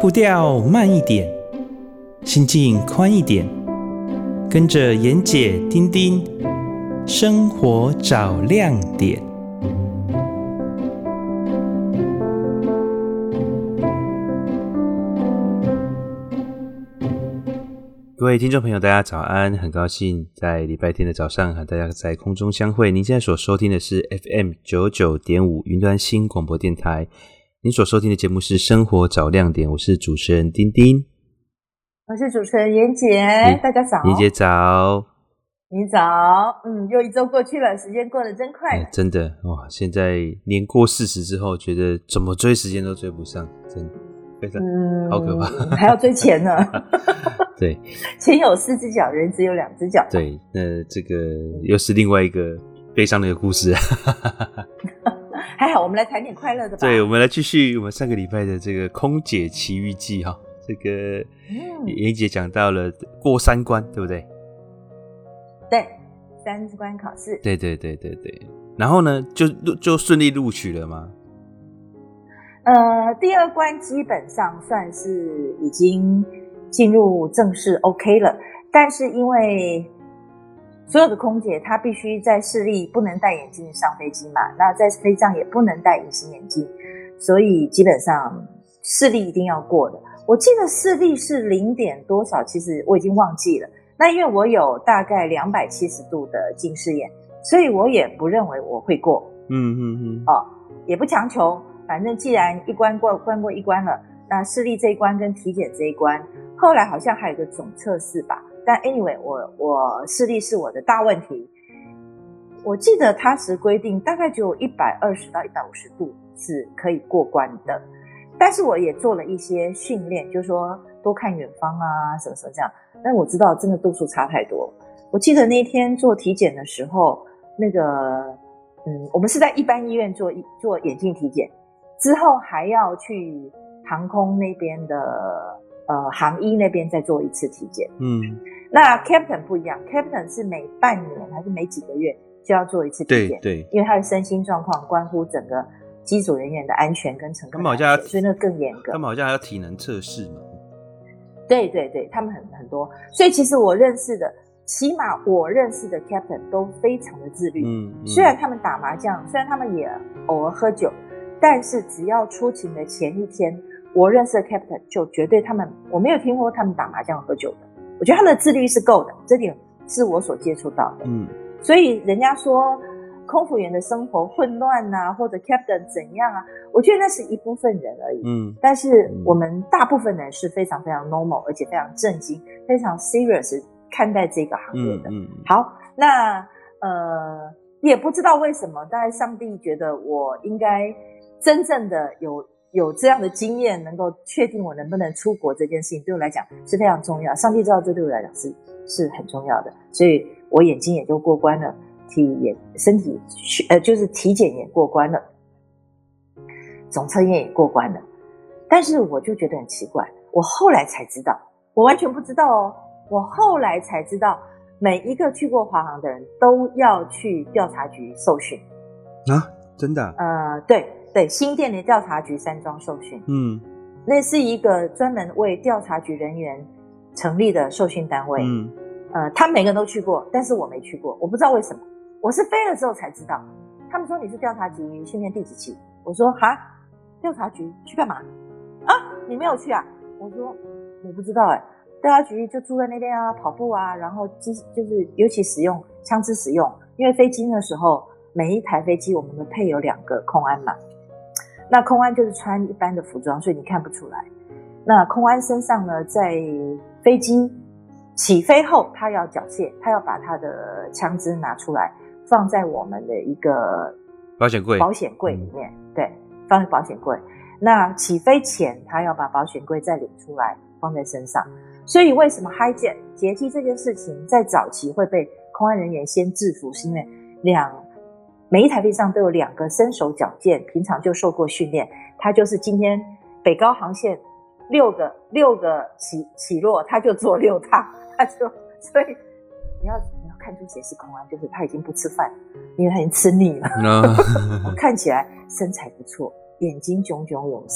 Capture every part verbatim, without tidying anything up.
步调慢一点，心境宽一点，跟着妍姐丁丁，生活找亮点。各位听众朋友大家早安，很高兴在礼拜天的早上和大家在空中相会。您现在所收听的是 F M 九十九点五 云端新广播电台，您所收听的节目是生活找亮点，我是主持人丁丁， 我是主持人妍姐，大家早。 妍姐早。 你早。嗯，又一周过去了，时间过得真快、 哎、真的哇！现在年过四十之后，觉得怎么追时间都追不上，真的非常、嗯、好可怕， 还要追钱呢。 对， 钱有四只脚，人只有两只脚。 对，那这个又是另外一个悲伤的一个故事。 还好，我们来谈点快乐的吧。 对，我们来继续我们上个礼拜的这个空姐奇遇记哈。这个妍姐讲到了过三关，对不对？ 对，三关考试。 对对对对对。然后呢，就就顺利录取了吗？ 呃，第二关基本上算是已经进入正式 OK 了，但是因为所有的空姐她必须在视力不能戴眼镜上飞机嘛，那在飞机上也不能戴隐形眼镜，所以基本上视力一定要过的。我记得视力是零点多少，其实我已经忘记了。那因为我有大概两百七十度的近视眼，所以我也不认为我会过。 嗯嗯嗯。 哦，也不强求，反正既然一关过关过一关了，那视力这一关跟体检这一关，后来好像还有一个总测试吧。但 anyway， 我我视力是我的大问题。我记得它是规定大概只有一百二十到一百五十度是可以过关的。但是我也做了一些训练，就是说多看远方啊，什么什么这样。但我知道真的度数差太多。我记得那天做体检的时候，那个嗯，我们是在一般医院做做眼镜体检，之后还要去航空那边的呃航医那边再做一次体检。 嗯， 那 Captain 不一样 ，Captain 是每半年还是每几个月就要做一次体检， 对对， 因为他的身心状况关乎整个机组人员的安全跟乘客的安全，所以那个更严格。 他们好像还要体能测试嘛。 对对对，他们很很多，所以其实我认识的，起码我认识的 Captain 都非常的自律。嗯嗯、虽然他们打麻将，虽然他们也偶尔喝酒，但是只要出勤的前一天，我认识的 Captain 就绝对他们，我没有听过他们打麻将喝酒的。我觉得他们的自律是够的，这点是我所接触到的。嗯，所以人家说空服员的生活混乱啊，或者 Captain 怎样啊，我觉得那是一部分人而已。嗯，但是我们大部分人是非常非常 normal， 而且非常正经，非常 serious 看待这个行业的。嗯嗯、好，那呃也不知道为什么，大概上帝觉得我应该真正的有有这样的经验，能够确定我能不能出国这件事情，对我来讲是非常重要。上帝知道这对我来讲是是很重要的，所以我眼睛也就过关了。体也身体呃就是体检也过关了，总测验也过关了，但是我就觉得很奇怪，我后来才知道，我完全不知道哦，我后来才知道，每一个去过华航的人都要去调查局受训啊，真的、啊？ 呃，对对，新店的调查局山庄受训，嗯，那是一个专门为调查局人员成立的受训单位，嗯，呃，他们每个人都去过，但是我没去过，我不知道为什么。我是飞了之后才知道，他们说你是调查局训练第几期？我说哈，调查局去干嘛？啊，你没有去啊？我说我不知道哎、欸，调查局就住在那边啊，跑步啊，然后机就是尤其使用枪支使用，因为飞机那时候每一台飞机我们的配有两个空安嘛，那空安就是穿一般的服装，所以你看不出来。那空安身上呢，在飞机起飞后，他要缴械，他要把他的枪支拿出来。放在我们的一个保险柜， 保险柜里面，嗯、对，放在保险柜。那起飞前，他要把保险柜再领出来，放在身上。所以，为什么 hijack 劫机这件事情在早期会被空安人员先制服，是因为两每一台飞机上都有两个身手矫健，平常就受过训练。他就是今天北高航线六个六个起起落，他就做六趟，他就所以你要。看出谁是空安，就是他已经不吃饭，因为他已经吃腻了。No. 看起来身材不错，眼睛炯炯有神，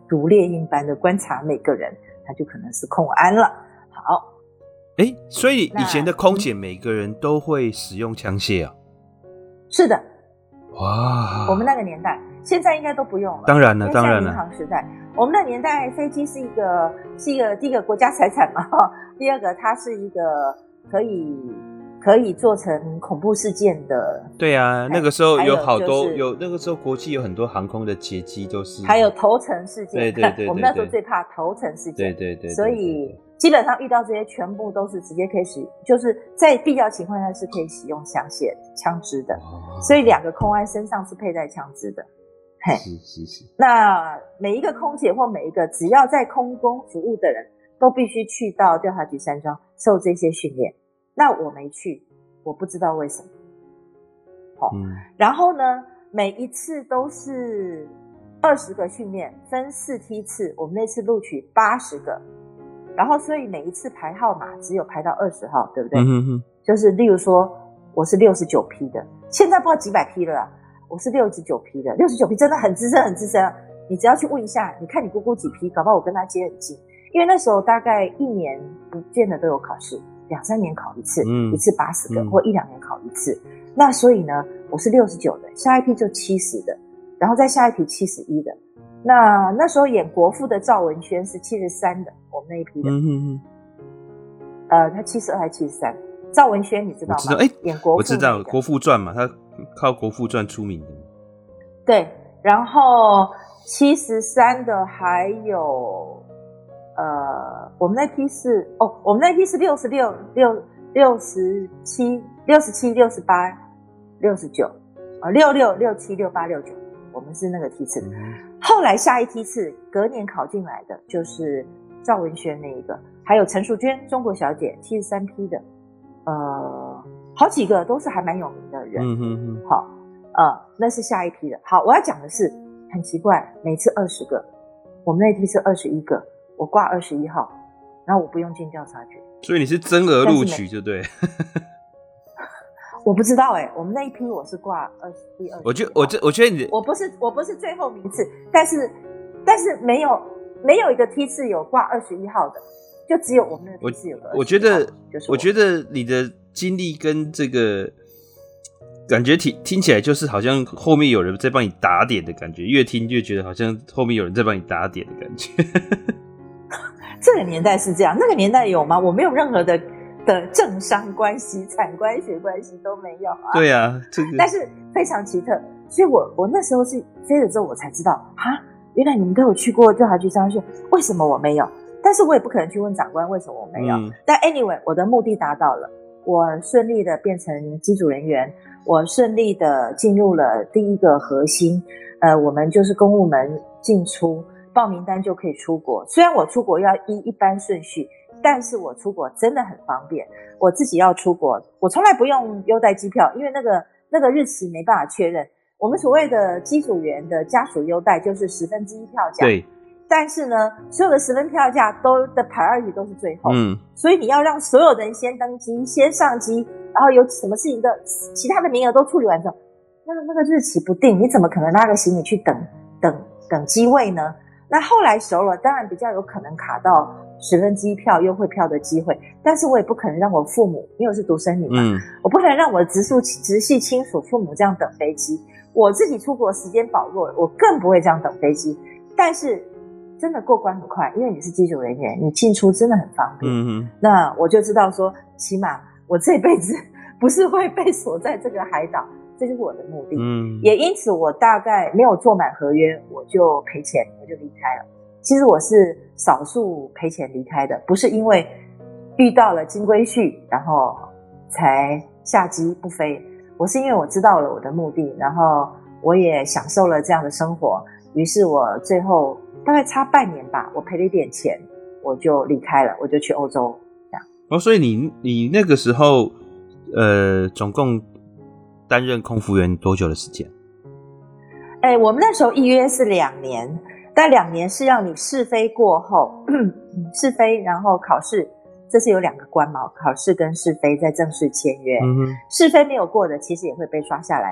如猎鹰般的观察每个人，他就可能是空安了。好， 哎，所以以前的空姐每个人都会使用枪械啊？ 是的。 哇， 我们那个年代，现在应该都不用了。 当然了，当然了。 民航时代，我们那年代飞机是一个是一个第一个国家财产嘛，第二个它是一个可以可以做成恐怖事件的。 对啊，那个时候有好多、 就是、 有那个时候国际有很多航空的劫机都是， 还有投诚事件。 对对 对, 对, 对， 我们那时候最怕投诚事件。 对对 对, 对, 对, 对， 所以基本上遇到这些全部都是直接可以使，就是在必要情况下是可以使用枪械枪支的。哦，所以两个空安身上是佩戴枪支的。嘿， 是是是。 那每一个空姐或每一个只要在空中服务的人都必须去到调查局山庄受这些训练。那我没去，我不知道为什么。好，嗯，然后呢，每一次都是二十个训练，分四梯次，我们那次录取八十个，然后所以每一次排号码只有排到二十号，对不对？嗯哼哼。就是例如说，我是六十九批的，现在不知道几百批了啦。我是六十九批的，六十九批真的很资深，很资深。你只要去问一下，你看你姑姑几批，搞不好我跟她接很近。因为那时候大概一年不见得都有考试，两三年考一次，嗯、一次八十个，嗯、或一两年考一次。那所以呢，我是六十九的，下一批就七十的，然后再下一批七十一的。那那时候演国父的赵文轩是七十三的，我们那一批的。嗯哼哼。呃，他七十二还七十三。赵文轩你知道吗？ 我知道，哎、欸， 演国父、那個、 我知道《国父传》嘛，他靠《国父传》出名的。 对，然后七十三的还有，呃，我们那批是哦，我们那批是六十六、六六十七、六十七、六十八、六十九，啊，六六、六七、六八、六九，我们是那个梯次。嗯、后来下一梯次隔年考进来的就是赵文轩那一个，还有陈淑娟，中国小姐，七十三批的。呃，好几个都是还蛮有名的人。嗯哼哼。好，呃，那是下一批的。好，我要讲的是很奇怪，每次二十个，我们那批是二十一个，我挂二十一号，然后我不用进调查局。 所以你是增额录取，就对。 我不知道哎、欸，我们那一批我是挂二十第二。 我觉我觉我觉得你， 我不是我不是最后名次，但是但是没有没有一个梯次有挂二十一号的。就只有我们的梯次有个， 我觉得，就是我，我觉得你的经历跟这个感觉听听起来就是好像后面有人在帮你打点的感觉，越听越觉得好像后面有人在帮你打点的感觉。 这个年代是这样，那个年代有吗？我没有任何的的政商关系、产官学关系都没有啊。 对啊，这个， 但是非常奇特，所以我我那时候是飞了之后我才知道，哈，原来你们都有去过调查局上去，为什么我没有？但是我也不可能去问长官为什么我没有、嗯、但 anyway 我的目的达到了，我顺利的变成机组人员，我顺利的进入了第一个核心，呃，我们就是公务门进出报名单就可以出国，虽然我出国要依一般顺序，但是我出国真的很方便，我自己要出国我从来不用优待机票，因为那个那个日期没办法确认，我们所谓的机组员的家属优待就是十分之一票价，对，但是呢，所有的十分票价都的priority都是最后，嗯，所以你要让所有人先登机、先上机，然后有什么事情的其他的名额都处理完之后，那个那个日期不定，你怎么可能拉个行李去等等等机位呢？那后来熟了，当然比较有可能卡到十分之一票优惠票的机会，但是我也不可能让我父母，因为我是独生女嘛，嗯，我不可能让我的直属直系亲属父母这样等飞机，我自己出国时间宝贵，我更不会这样等飞机，但是。真的过关很快，因为你是机组人员，你进出真的很方便。嗯哼，那我就知道说，起码我这辈子不是会被锁在这个海岛，这就是我的目的。嗯，也因此我大概没有做满合约，我就赔钱，我就离开了。其实我是少数赔钱离开的，不是因为遇到了金龟婿，然后才下机不飞。我是因为我知道了我的目的，然后我也享受了这样的生活，于是我最后。大概差半年吧，我赔了一点钱，我就离开了，我就去欧洲这样。 哦，所以你你那个时候，呃，总共担任空服员多久的时间？ 哎、欸，我们那时候预约是两年，但两年是让你试飞过后，试飞然后考试，这是有两个关嘛，考试跟试飞再正式签约。嗯哼，试飞没有过的，其实也会被刷下来。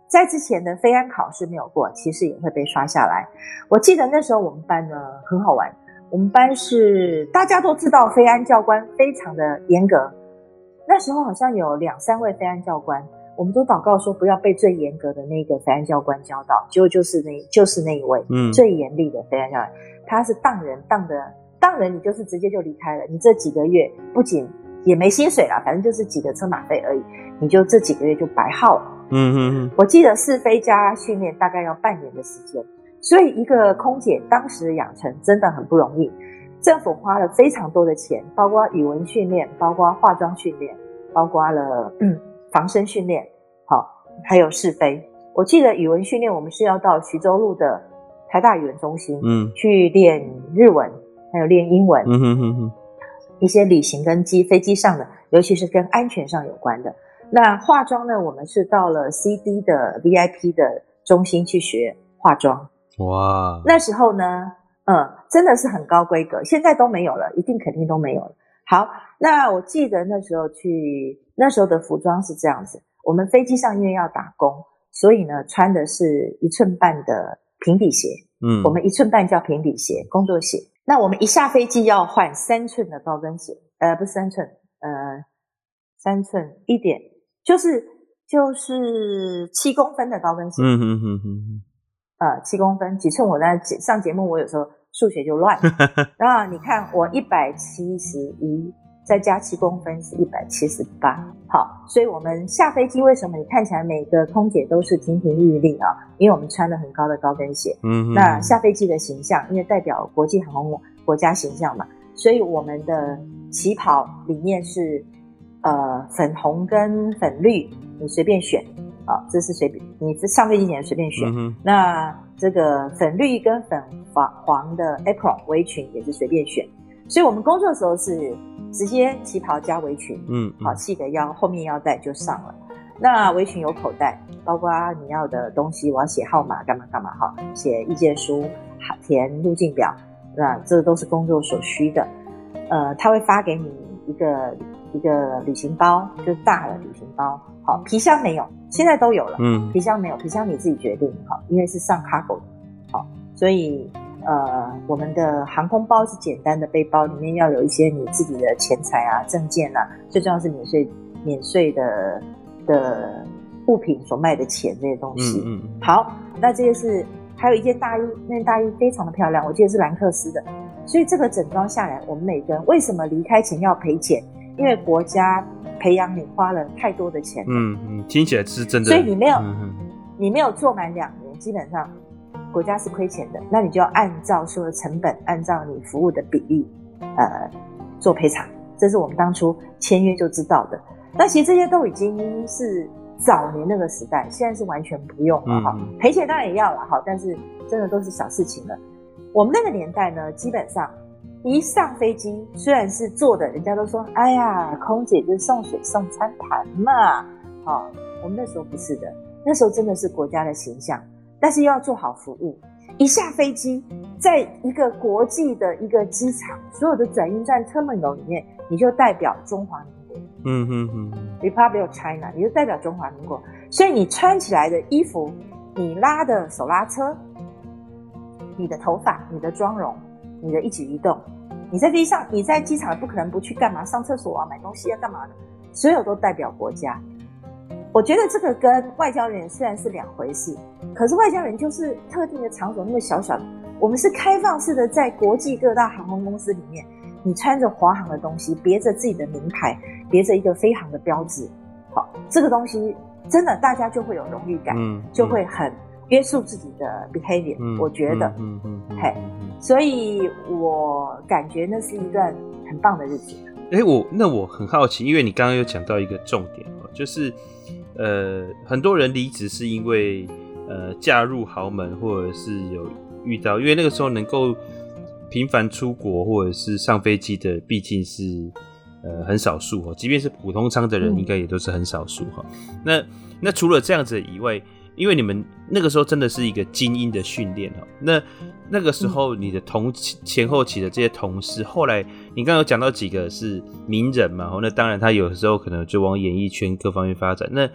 在之前的飞安考试没有过，其实也会被刷下来。我记得那时候我们班呢很好玩，我们班是大家都知道飞安教官非常的严格，那时候好像有两三位飞安教官，我们都祷告说不要被最严格的那个飞安教官教到，结果就是那就是那一位、嗯、最严厉的飞安教官，他是当人当的当人，你就是直接就离开了，你这几个月不仅也没薪水啦，反正就是几个车马费而已，你就这几个月就白耗了。嗯嗯嗯，我记得试飞加训练大概要半年的时间，所以一个空姐当时的养成真的很不容易。政府花了非常多的钱，包括语文训练，包括化妆训练，包括了、嗯、防身训练，好，还有试飞。我记得语文训练我们是要到徐州路的台大语文中心、嗯、去练日文，还有练英文，嗯哼哼哼，一些旅行跟机飞机上的，尤其是跟安全上有关的。那化妆呢，我们是到了 C D 的 V I P 的中心去学化妆。哇，那时候呢嗯，真的是很高规格，现在都没有了，一定肯定都没有了。好，那我记得那时候去，那时候的服装是这样子，我们飞机上因为要打工，所以呢穿的是一寸半的平底鞋，嗯，我们一寸半叫平底鞋，工作鞋。那我们一下飞机要换三寸的高跟鞋，呃，不是三寸，呃，三寸一点，就是就是七公分的高跟鞋。嗯哼哼哼，呃，七公分，几寸？我在上节目，我有时候数学就乱。然后你看，我一百七十一，再加七公分是一百七十八。好，所以我们下飞机为什么你看起来每个空姐都是亭亭玉立啊？因为我们穿了很高的高跟鞋。嗯，那下飞机的形象，因为代表国际航空国家形象嘛，所以我们的旗袍里面是呃粉红跟粉绿，你随便选。啊，这是随便你上飞机前随便选、嗯、那这个粉绿跟粉黄的 apron 围裙也是随便选，所以我们工作的时候是直接旗袍加围裙，嗯，好细的腰，后面腰带就上了。那围裙有口袋，包括你要的东西，我要写号码干嘛干嘛哈，写意见书，填路径表，那这都是工作所需的。呃，他会发给你一个一个旅行包，就是大的旅行包。好，皮箱没有，现在都有了。嗯，皮箱没有，皮箱你自己决定。好，因为是上 cargo 的。好，所以呃，我们的航空包是简单的背包，里面要有一些你自己的钱财啊、证件啊，最重要是免税免税的的物品所卖的钱这些东西。嗯嗯。好，那这些是还有一件大衣，那件大衣非常的漂亮，我记得是兰克斯的。所以这个整装下来，我们每个人为什么离开前要赔钱？因为国家培养你花了太多的钱了。嗯嗯， 听起来是真的。 所以你没有，嗯、你没有做满两年，基本上国家是亏钱的，那你就要按照说的成本，按照你服务的比例，呃，做赔偿。这是我们当初签约就知道的。那其实这些都已经是早年那个时代，现在是完全不用了哈。嗯、赔钱当然也要了哈，但是真的都是小事情了。我们那个年代呢，基本上。一上飞机，虽然是坐的，人家都说，哎呀，空姐就是送水送餐盘嘛。好、哦，我们那时候不是的，那时候真的是国家的形象，但是又要做好服务。一下飞机，在一个国际的一个机场，所有的转运站 terminal 里面，你就代表中华民国。嗯哼哼 ，Republic of China， 你就代表中华民国。所以你穿起来的衣服，你拉的手拉车，你的头发，你的妆容。你的一举一动，你在飞机上，你在机场不可能不去干嘛？上厕所啊，买东西啊，干嘛的？所有都代表国家。我觉得这个跟外交人员虽然是两回事，可是外交人员就是特定的场所那么小小的，我们是开放式的，在国际各大航空公司里面，你穿着华航的东西，别着自己的名牌，别着一个飞航的标志，好，这个东西真的大家就会有荣誉感，嗯、就会很约束自己的 behavior，嗯、我觉得，嗯嗯嗯，嘿。所以我感觉那是一段很棒的日子。 哎，我那我很好奇，因为你刚刚有讲到一个重点哦，就是呃，很多人离职是因为呃嫁入豪门，或者是有遇到，因为那个时候能够频繁出国或者是上飞机的，毕竟是呃很少数哦，即便是普通舱的人，应该也都是很少数哈、嗯。那那除了这样子以外，因为你们那个时候真的是一个精英的训练哦，那。那个时候你的同前后期的这些同事，后来你刚刚有讲到几个是名人嘛，那当然他有时候可能就往演艺圈各方面发展。那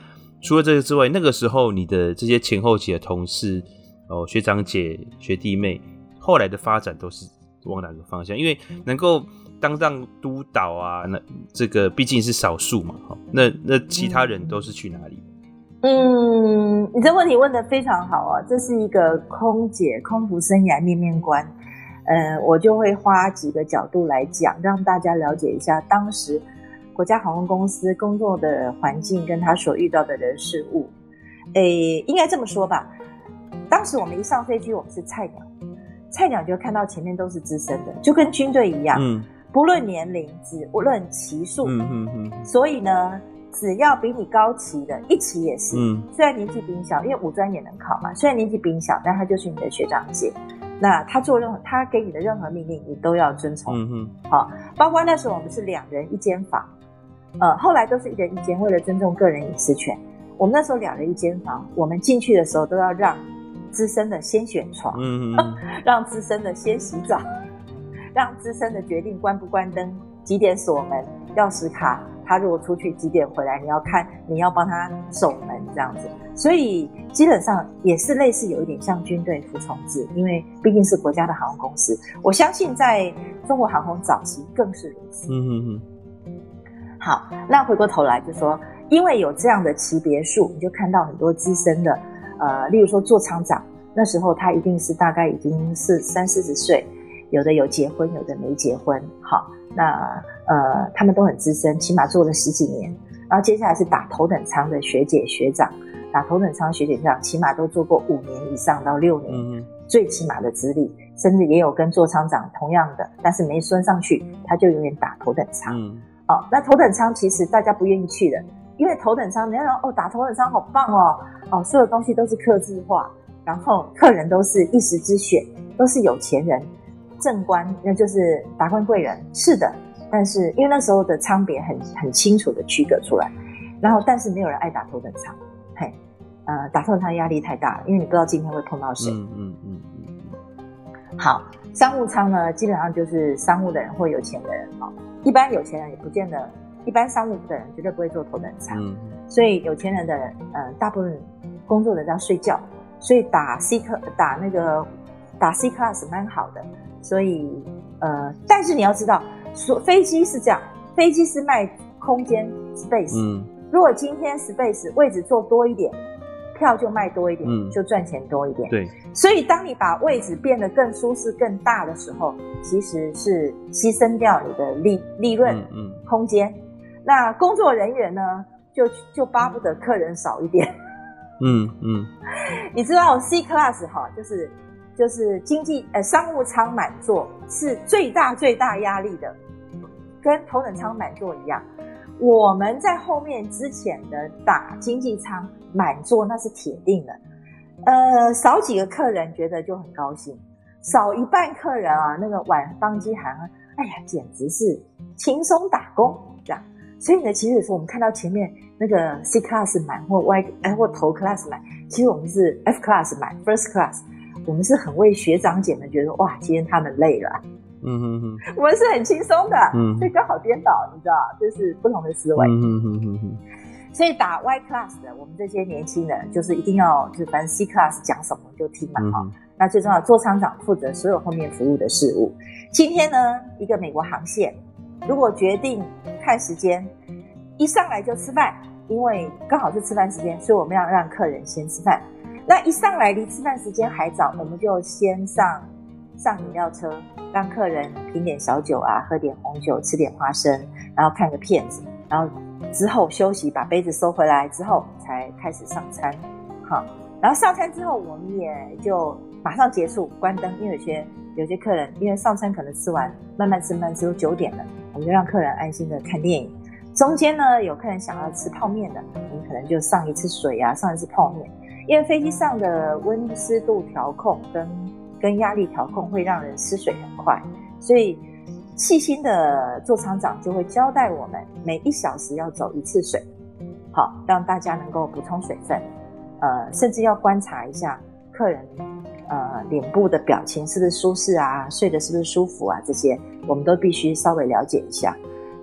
除了这个之外，那个时候你的这些前后期的同事、哦学长姐、学弟妹，后来的发展都是往哪个方向？因为能够当上督导啊，那这个毕竟是少数嘛，那那其他人都是去哪里？ 嗯，你这问题问得非常好啊，这是一个空姐空服生涯面面观。呃，我就会花几个角度来讲，让大家了解一下当时国家航空公司工作的环境跟他所遇到的人事物。诶，应该这么说吧，当时我们一上飞机，我们是菜鸟，菜鸟就看到前面都是资深的，就跟军队一样，嗯，不论年龄，只不论期数，嗯嗯嗯，所以呢，只要比你高期的，一期也是，嗯，虽然年纪比你小，因为五专也能考嘛，虽然年纪比你小，但他就是你的学长姐。那他做任何他给你的任何命令，你都要遵从。嗯哼，好，包括那时候我们是两人一间房，呃，后来都是一人一间，为了尊重个人隐私权，我们那时候两人一间房，我们进去的时候都要让资深的先选床，嗯哼，让资深的先洗澡，让资深的决定关不关灯，几点锁门，钥匙卡。他如果出去几点回来，你要看，你要帮他守门这样子，所以基本上也是类似有一点像军队服从制，因为毕竟是国家的航空公司。我相信在中国航空早期更是如此。嗯哼哼。好，那回过头来就说，因为有这样的级别数，你就看到很多资深的，呃，例如说座舱长，那时候他一定是大概已经是三四十岁，有的有结婚，有的没结婚。好。那呃，他们都很资深，起码做了十几年。然后接下来是打头等舱的学姐学长，打头等舱学姐学长起码都做过五年以上到六年，嗯、最起码的资历，甚至也有跟座舱长同样的，但是没升上去，他就永远打头等舱。嗯、哦，那头等舱其实大家不愿意去的，因为头等舱人家说哦，打头等舱好棒哦，哦，所有东西都是客制化，然后客人都是一时之选，都是有钱人。正官那就是达官贵人，是的，但是因为那时候的舱别很很清楚的区隔出来，然后但是没有人爱打头等舱，嘿，呃，打头等舱压力太大了，因为你不知道今天会碰到谁。嗯嗯嗯嗯。好，商务舱呢，基本上就是商务的人或有钱的人哦，一般有钱人也不见得，一般商务的人绝对不会坐头等舱，嗯、所以有钱人的人，呃，大部分工作的人要睡觉，所以打 C 客打那个打 C class 蛮好的。所以，呃，但是你要知道，说飞机是这样，飞机是卖空间 space。嗯，如果今天 space 位置坐多一点，票就卖多一点，嗯、就赚钱多一点。对，所以当你把位置变得更舒适、更大的时候，其实是牺牲掉你的利利润、嗯嗯、空间。那工作人员呢，就就巴不得客人少一点。嗯嗯，你知道 C class 哈，就是。就是经济呃商务舱满座是最大最大压力的，跟头等舱满座一样。我们在后面之前的打经济舱满座那是铁定的，呃，少几个客人觉得就很高兴，少一半客人啊，那个晚班机行，哎呀，简直是轻松打工这样。所以呢，其实有时候我们看到前面那个 C class 满或 Y 哎或头 class 满，其实我们是 F class 满 ，First class。我们是很为学长姐们觉得哇，今天他们累了，嗯哼哼，我们是很轻松的，嗯，所以刚好颠倒，你知道，这是不同的思维，嗯哼哼哼哼。所以打 Y class 的，我们这些年轻人就是一定要，就是反正 C class 讲什么就听嘛，哈、嗯。那最重要，座舱长负责所有后面服务的事务。今天呢，一个美国航线，如果决定看时间，一上来就吃饭，因为刚好是吃饭时间，所以我们要让客人先吃饭。那一上来离吃饭时间还早，我们就先上上饮料车，让客人品点小酒啊，喝点红酒，吃点花生，然后看个片子，然后之后休息，把杯子收回来之后才开始上餐。好，然后上餐之后我们也就马上结束关灯，因为有些有些客人因为上餐可能吃完慢慢吃慢慢吃都九点了，我们就让客人安心的看电影。中间呢有客人想要吃泡面的，我们可能就上一次水啊，上一次泡面。因为飞机上的温湿度调控跟跟压力调控会让人失水很快，所以细心的座舱长就会交代我们每一小时要走一次水，好让大家能够补充水分，呃，甚至要观察一下客人呃脸部的表情是不是舒适啊，睡得是不是舒服啊，这些我们都必须稍微了解一下。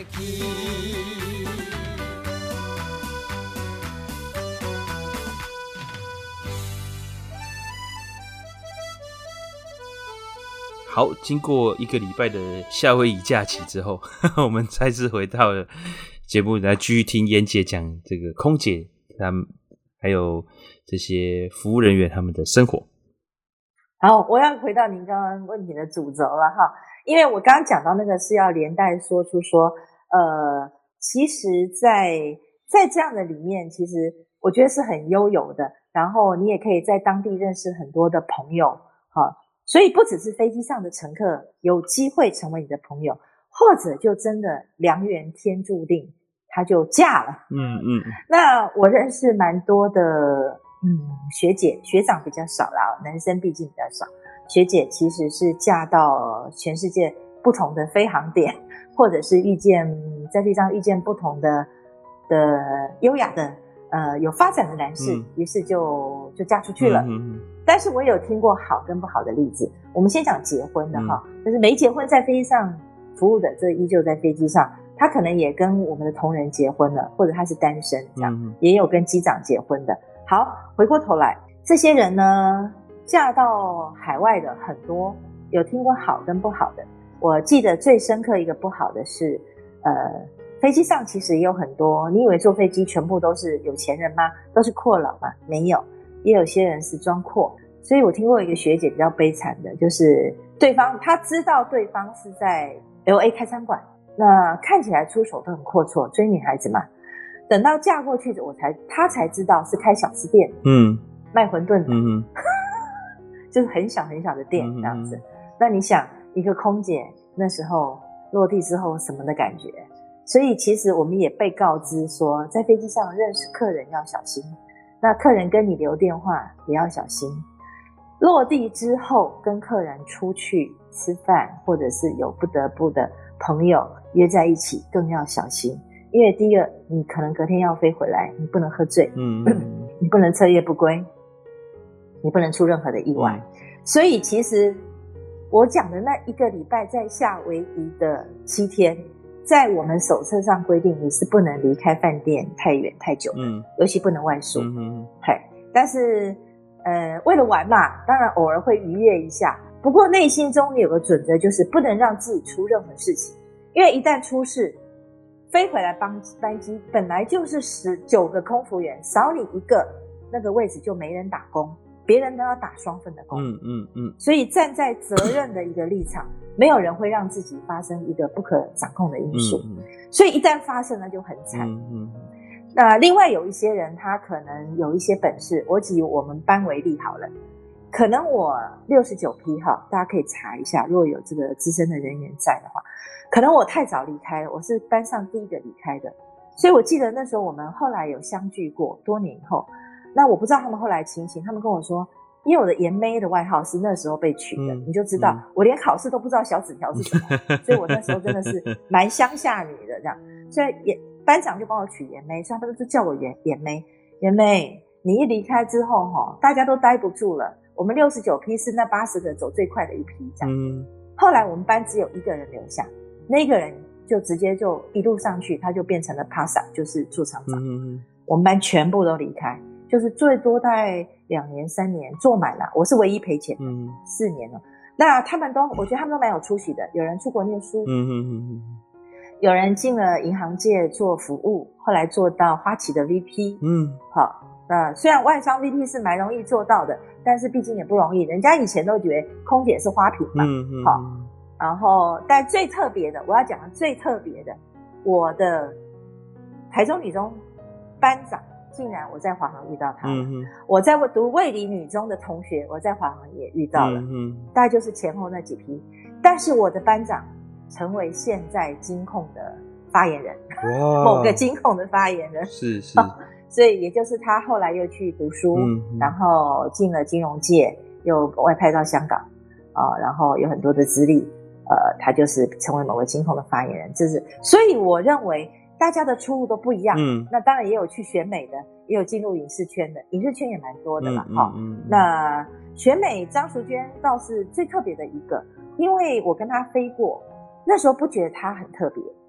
去。 好，经过一个礼拜的夏威夷假期之后，我们再次回到了节目来继续听妍姐讲这个空姐他们还有这些服务人员他们的生活。 好，我要回到您刚刚问题的主轴了哈，因为我刚刚讲到那个是要连带说出说，呃，其实在在这样的里面，其实我觉得是很悠游的，然后你也可以在当地认识很多的朋友，哈。所以不只是飞机上的乘客有机会成为你的朋友，或者就真的良缘天注定他就嫁了。 嗯嗯。 那我认识蛮多的嗯学姐学长比较少啦，男生毕竟比较少。学姐其实是嫁到全世界不同的飞航点，或者是遇见在飞机上遇见不同的的优雅的呃有发展的男士，嗯、于是就就嫁出去了。嗯嗯，但是我有听过好跟不好的例子。我们先讲结婚的哈，嗯、就是没结婚在飞机上服务的，这依旧在飞机上，他可能也跟我们的同仁结婚了，或者他是单身这样，嗯、也有跟机长结婚的。好，回过头来，这些人呢，嫁到海外的很多，有听过好跟不好的。我记得最深刻一个不好的是，呃，飞机上其实也有很多，你以为坐飞机全部都是有钱人吗？都是阔佬吗？没有。也有些人是装阔，所以我听过一个学姐比较悲惨的，就是对方他知道对方是在 L A 开餐馆，那看起来出手都很阔绰，追女孩子嘛。等到嫁过去，我才他才知道是开小吃店，嗯，卖馄饨的，嗯，就是很小很小的店这样子。嗯、那你想，一个空姐那时候落地之后什么的感觉？所以其实我们也被告知说，在飞机上认识客人要小心。那客人跟你留电话也要小心，落地之后跟客人出去吃饭，或者是有不得不的朋友约在一起，更要小心。因为第一个，你可能隔天要飞回来，你不能喝醉，嗯，你不能彻夜不归，你不能出任何的意外。嗯、所以其实我讲的那一个礼拜在夏威夷的七天，在我们手册上规定，你是不能离开饭店太远太久的，嗯、尤其不能外宿。嗯嗯，但是，呃，为了玩嘛，当然偶尔会愉悦一下。不过内心中有个准则，就是不能让自己出任何事情，因为一旦出事，飞回来班班机本来就是十九个空服员，少你一个，那个位置就没人打工，别人都要打双份的工。嗯嗯嗯。所以站在责任的一个立场。没有人会让自己发生一个不可掌控的因素，嗯、所以一旦发生了就很惨。嗯嗯、那另外有一些人，他可能有一些本事，我以我们班为例好了，可能我六十九批哈，大家可以查一下，如果有这个资深的人员在的话，可能我太早离开了，我是班上第一个离开的，所以我记得那时候我们后来有相聚过，多年以后，那我不知道他们后来情形，他们跟我说。因为我的颜妹的外号是那时候被取的，嗯、你就知道、嗯、我连考试都不知道小纸条是什么，所以我那时候真的是蛮乡下女的这样。所以也班长就帮我取颜妹，所以他们都叫我颜颜妹。颜妹，你一离开之后哈，大家都待不住了。我们六十九批是那八十个走最快的一批这样。嗯、后来我们班只有一个人留下，那个人就直接就一路上去，他就变成了 P A S A， 就是驻场长。嗯、我们班全部都离开。就是最多大概两年三年做满了，我是唯一赔钱的，嗯、四年了。那他们都，我觉得他们都蛮有出息的。有人出国念书，嗯嗯嗯，有人进了银行界做服务，后来做到花旗的 V P， 嗯，好。那虽然外商 V P 是蛮容易做到的，但是毕竟也不容易。人家以前都觉得空姐是花瓶嘛，嗯嗯，好。然后，但最特别的，我要讲的最特别的，我的台中女中班长。竟然我在华航遇到他了，嗯、我在读卫理女中的同学，我在华航也遇到了，嗯、大概就是前后那几批。但是我的班长成为现在金控的发言人，某个金控的发言人，是是、哦，所以也就是他后来又去读书，嗯、然后进了金融界，又外派到香港，啊、呃，然后有很多的资历，呃，他就是成为某个金控的发言人，这是，所以我认为。大家的出路都不一样，嗯，那当然也有去选美的，也有进入影视圈的，影视圈也蛮多的啦，哈、嗯嗯嗯。那选美张淑娟倒是最特别的一个，因为我跟她飞过，那时候不觉得她很特别，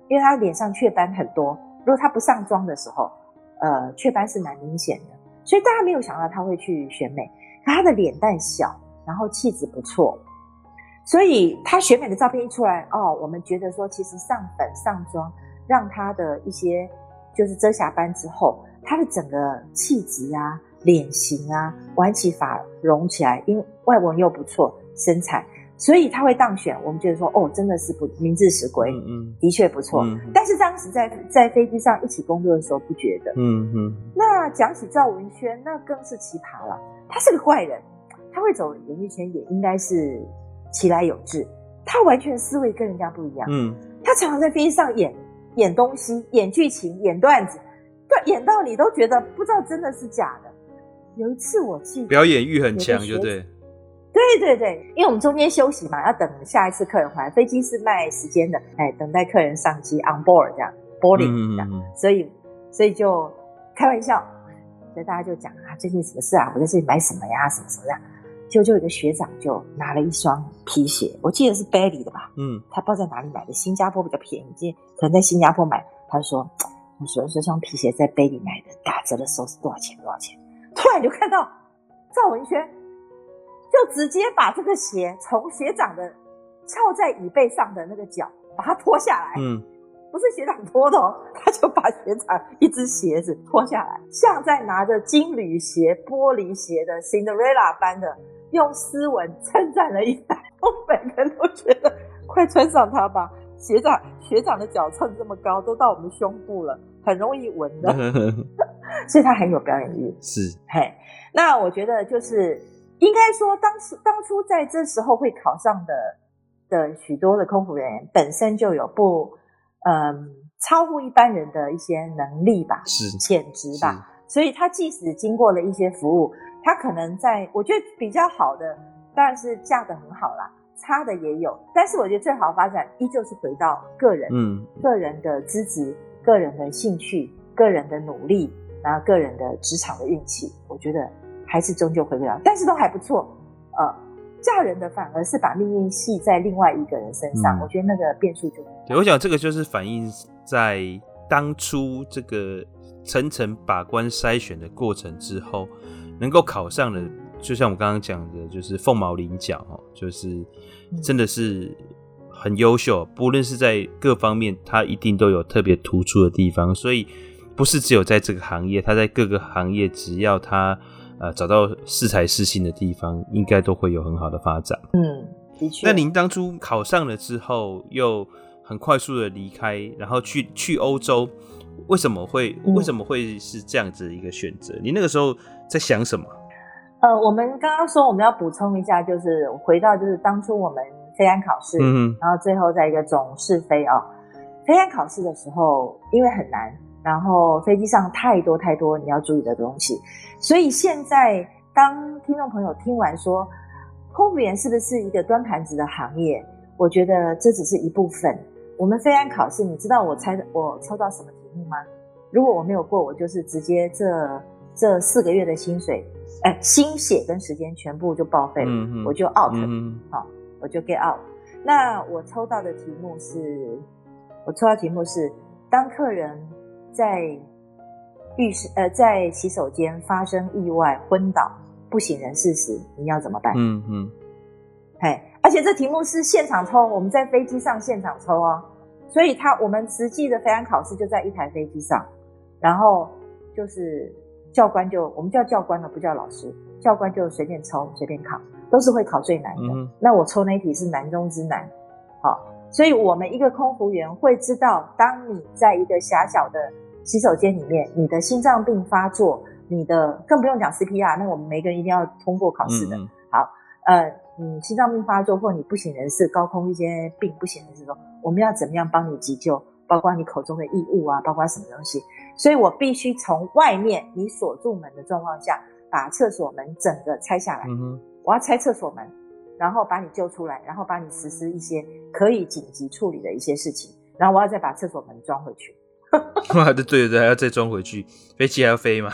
因为他脸上雀斑很多，如果他不上妆的时候，呃，雀斑是蛮明显的，所以大家没有想到他会去选美。可他的脸蛋小，然后气质不错，所以他选美的照片一出来，哦，我们觉得说，其实上粉上妆，让他的一些就是遮瑕斑之后，他的整个气质啊、脸型啊，挽起发融起来，因为外文又不错，身材。所以他会当选，我们觉得说，哦，真的是不明智实归，嗯嗯，的确不错。嗯、但是当时在在飞机上一起工作的时候，不觉得。嗯嗯。那讲起赵文轩，那更是奇葩了。他是个怪人，他会走演艺圈也应该是其来有志，他完全思维跟人家不一样。嗯，他常常在飞机上演演东西、演剧情、演段子，对，演到你都觉得不知道真的是假的。有一次我记得表演欲很强，就对。 对对对，因为我们中间休息嘛，要等下一次客人回来，飞机是卖时间的，哎，等待客人上机 on board 这样 boarding 这样，嗯、所以所以就开玩笑，所以大家就讲啊，最近什么事啊？我在这里买什么呀？什么什么的。结果就有一个学长就拿了一双皮鞋，我记得是 Bailey 的吧，嗯，他不知道在哪里买的，新加坡比较便宜，可能在新加坡买。他就说，我说这双皮鞋在 Bailey 买的，打折的时候是多少钱？多少钱？突然就看到赵文轩。就直接把这个鞋从学长的翘在椅背上的那个脚把它脱下来，嗯，不是学长脱的哦，他就把学长一只鞋子脱下来，像在拿着金缕鞋、玻璃鞋的 Cinderella 般的，用斯文称赞了一番，我每个人都觉得快穿上它吧，学长学长的脚蹭这么高，都到我们胸部了，很容易闻的，所以他很有表演欲。 是， 嘿，那我觉得就是。应该说当时当初在这时候会考上的的许多的空服人员本身就有不嗯超乎一般人的一些能力吧， 是潜质吧，所以他即使经过了一些服务，他可能在我觉得比较好的当然是嫁得很好啦，差的也有，但是我觉得最好的发展依旧是回到个人，嗯，个人的资质、个人的兴趣、个人的努力，然后个人的职场的运气，我觉得还是终究回不了，但是都还不错。呃，嫁人的反而是把命运系在另外一个人身上，嗯、我觉得那个变数就对。我想这个就是反映在当初这个层层把关筛选的过程之后，能够考上的，就像我刚刚讲的，就是凤毛麟角，就是真的是很优秀，不论是在各方面，他一定都有特别突出的地方，所以不是只有在这个行业，他在各个行业，只要他。呃，找到适才适性的地方，应该都会有很好的发展。 嗯，的确。 那您当初考上了之后，又很快速的离开，然后去去欧洲，为什么会、嗯、为什么会是这样子的一个选择？你那个时候在想什么？ 呃，我们刚刚说我们要补充一下，就是回到就是当初我们飞安考试，嗯，然后最后在一个总试飞啊、哦，飞安考试的时候，因为很难。然后飞机上太多太多你要注意的东西，所以现在当听众朋友听完说空服员是不是一个端盘子的行业，我觉得这只是一部分。我们飞安考试，你知道我猜我抽到什么题目吗？如果我没有过，我就是直接这这四个月的薪水，哎，心血跟时间全部就报废了，嗯、我就 out，、嗯、好，我就 get out。那我抽到的题目是，我抽到题目是当客人。在浴室呃，在洗手间发生意外昏倒不省人事时，你要怎么办？嗯嗯，嘿，而且这题目是现场抽，我们在飞机上现场抽哦，所以他我们实际的飞安考试就在一台飞机上，然后就是教官就我们叫教官了，不叫老师，教官就随便抽随便考，都是会考最难的。嗯、那我抽那一题是难中之难，好。所以我们一个空服员会知道，当你在一个狭小的洗手间里面，你的心脏病发作，你的更不用讲 C P R， 那我们每个人一定要通过考试的。嗯嗯好，呃，你心脏病发作或你不省人事，高空一些病不省人事的时候，我们要怎么样帮你急救？包括你口中的异物啊，包括什么东西？所以我必须从外面你锁住门的状况下，把厕所门整个拆下来。嗯、我要拆厕所门。然后把你救出来，然后把你实施一些可以紧急处理的一些事情，然后我要再把厕所门装回去。 哇，对对对，还要再装回去，飞机还要飞嘛？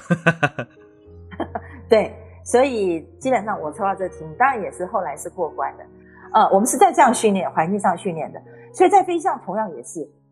对，所以基本上我抽到这题目，当然也是后来是过关的。呃，我们是在这样训练环境上训练的，所以在飞机上同样也是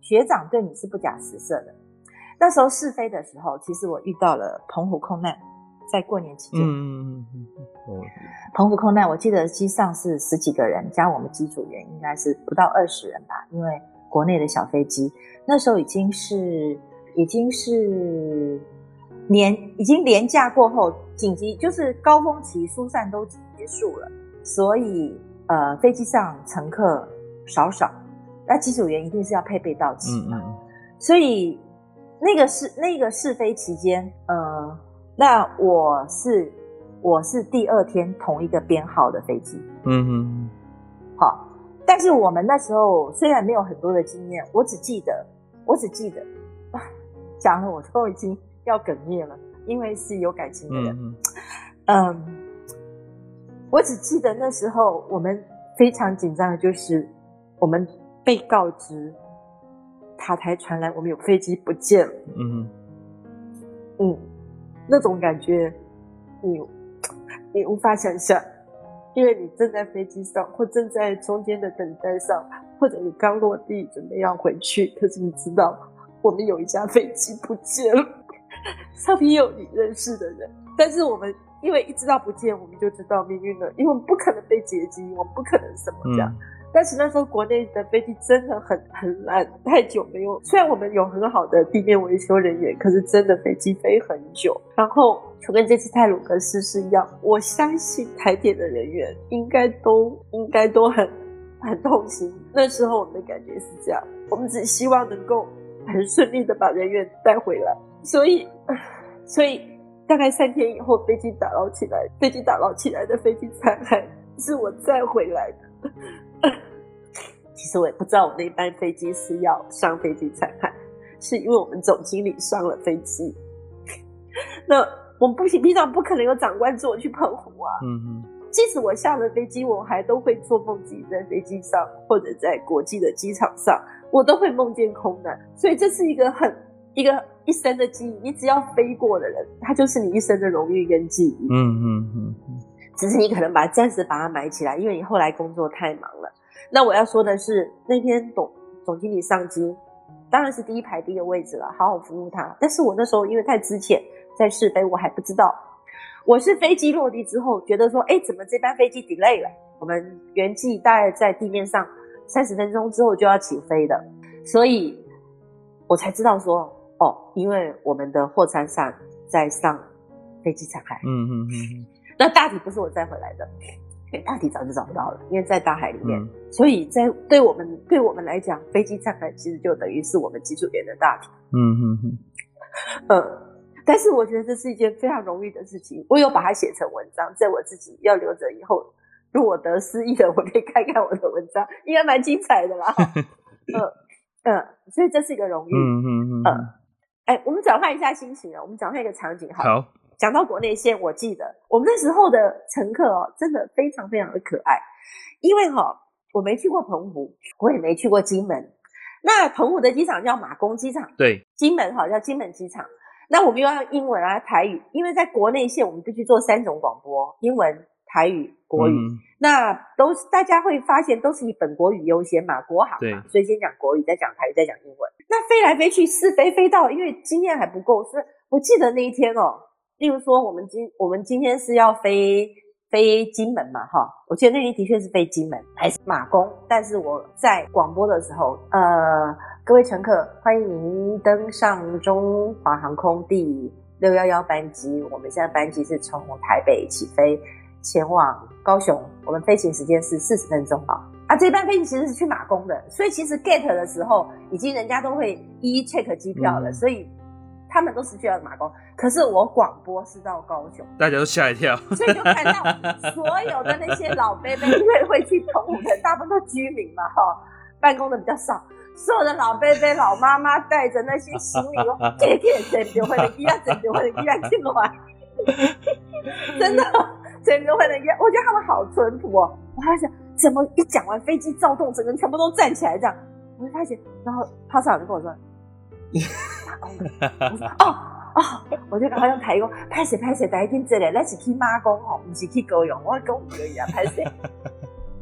学长对你是不假辞色的。那时候试飞的时候，其实我遇到了澎湖空难，在过年期间。嗯嗯嗯嗯。澎湖空难，我记得机上是十几个人，加我们机组员应该是不到二十人吧，因为国内的小飞机，那时候已经是已经是年已经连假过后，紧急就是高峰期疏散都结束了，所以呃飞机上乘客少少，那机组员一定是要配备到齐嘛，嗯嗯，所以那个试那个试飞期间，呃，那我是我是第二天同一个编号的飞机，嗯哼，好，但是我们那时候虽然没有很多的经验，我只记得我只记得讲了我都已经要哽咽了，因为是有感情的人，嗯, 嗯，我只记得那时候我们非常紧张的就是我们被告知塔台传来我们有飞机不见了，嗯嗯，那种感觉你你无法想象，因为你正在飞机上，或正在中间的等待上，或者你刚落地准备要回去，可是你知道我们有一架飞机不见了，上面有你认识的人，但是我们因为一知道不见，我们就知道命运了，因为我们不可能被劫机，我们不可能什么这样。嗯，但是那时候国内的飞机真的很很烂，太久没有，虽然我们有很好的地面维修人员，可是真的飞机飞很久。然后就跟这次太鲁阁失事一样，我相信台铁的人员应该都应该都很很痛心。那时候我们的感觉是这样，我们只希望能够很顺利的把人员带回来。所以所以大概三天以后，飞机打捞起来，飞机打捞起来的飞机残骸是我载回来的。其实我也不知道我那班飞机是要上飞机残骸，是因为我们总经理上了飞机。那我们不行，平常不可能有长官坐去澎湖啊。嗯哼。即使我下了飞机，我还都会做梦自己在飞机上，或者在国际的机场上，我都会梦见空难。所以这是一个很一个一生的记忆。你只要飞过的人，他就是你一生的荣誉跟记忆。嗯嗯嗯嗯。只是你可能把暂时把它埋起来，因为你后来工作太忙了。那我要说的是，那天总总经理上机，当然是第一排第一个位置了，好好服务他。但是我那时候因为太之前在试飞，我还不知道。我是飞机落地之后，觉得说，哎，怎么这班飞机 delay 了？我们原计大概在地面上三十分钟之后就要起飞的，所以我才知道说，哦，因为我们的货船上在上飞机残骸。嗯嗯嗯。那大体不是我载回来的。大体早就找不到了，因为在大海里面，嗯，所以在对我们对我们来讲，飞机残骸其实就等于是我们机组员的大体。嗯嗯嗯。呃，但是我觉得这是一件非常荣誉的事情，我有把它写成文章，在我自己要留着以后，如果得失意了，我可以看看我的文章，应该蛮精彩的啦。嗯嗯，呃，所以这是一个荣誉。嗯嗯嗯。呃，哎，我们转换一下心情啊，我们转换一个场景好了。好。讲到国内线，我记得我们那时候的乘客哦，真的非常非常的可爱。因为哈、哦，我没去过澎湖，我也没去过金门。那澎湖的机场叫马公机场，对，金门哈叫金门机场。那我们又要用英文啊台语，因为在国内线我们必须做三种广播：英文、台语、国语。嗯、那都是大家会发现都是以本国语优先嘛，国航嘛，所以先讲国语，再讲台语，再讲英文。那飞来飞去试飞飞到，因为经验还不够，所以我记得那一天哦。例如说我们今我们今天是要飞飞金门嘛哈，我记得那天的确是飞金门还是马公，但是我在广播的时候，呃，各位乘客，欢迎您登上中华航空第六一一班机，我们现在班机是从台北起飞前往高雄，我们飞行时间是四十分钟啊。啊，这班飞机其实是去马公的，所以其实 get 的时候，已经人家都会一一 check 机票了，嗯，所以他们都是去了马公，可是我广播是到高雄，大家都吓一跳，所以就看到所有的那些老伯伯，因为会去澎湖的大部分都居民嘛，哈，办公的比较少，所有的老伯伯、老妈妈带着那些行李哦，给给整丢回来，一样整丢回来，一样进来，真的整丢回来，我觉得他们好淳朴哦。我还想，怎么一讲完飞机躁动，整个人全部都站起来这样，我就发现，然后炮长就跟我说。马公的，我说哦哦，我就赶快用台语讲，拍谁拍谁，大家听这里，咱是去马公吼，不是去高雄，我讲而已啊，拍谁？